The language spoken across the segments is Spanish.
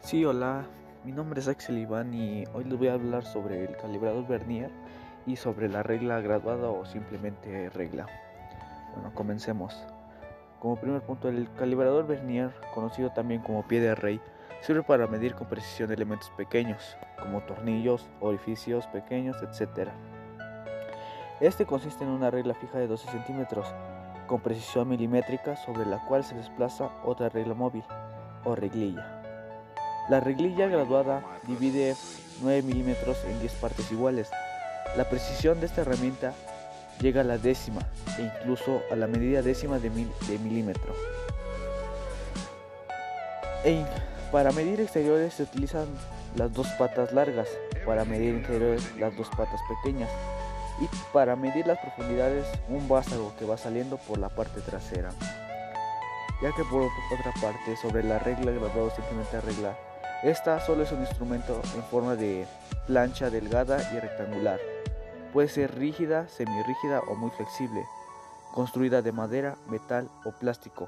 Sí, hola, mi nombre es Axel Iván y hoy les voy a hablar sobre el calibrador Vernier y sobre la regla graduada o simplemente regla. Bueno, comencemos. Como primer punto, el calibrador Vernier, conocido también como pie de rey, sirve para medir con precisión elementos pequeños, como tornillos, orificios pequeños, etc. Este consiste en una regla fija de 12 centímetros, con precisión milimétrica sobre la cual se desplaza otra regla móvil, o reglilla. La reglilla graduada divide 9 milímetros en 10 partes iguales. La precisión de esta herramienta llega a la décima e incluso a la medida décima de milímetro. Para medir exteriores se utilizan las dos patas largas, para medir interiores las dos patas pequeñas y para medir las profundidades un vástago que va saliendo por la parte trasera. Ya que por otra parte, sobre la regla graduada o simplemente regla, esta solo es un instrumento en forma de plancha delgada y rectangular. Puede ser rígida, semirrígida o muy flexible, construida de madera, metal o plástico,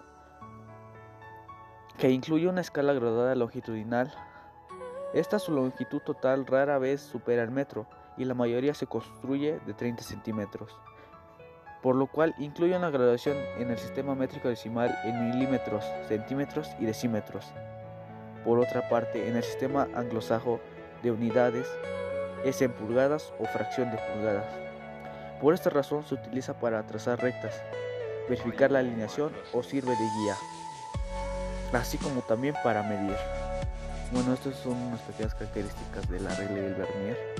que incluye una escala graduada longitudinal. Su longitud total rara vez supera el metro y la mayoría se construye de 30 centímetros, por lo cual incluye una graduación en el sistema métrico decimal en milímetros, centímetros y decímetros. Por otra parte, en el sistema anglosajón de unidades es en pulgadas o fracción de pulgadas. Por esta razón se utiliza para trazar rectas, verificar la alineación o sirve de guía, así como también para medir. Bueno, estas son unas pequeñas características de la regla del Vernier.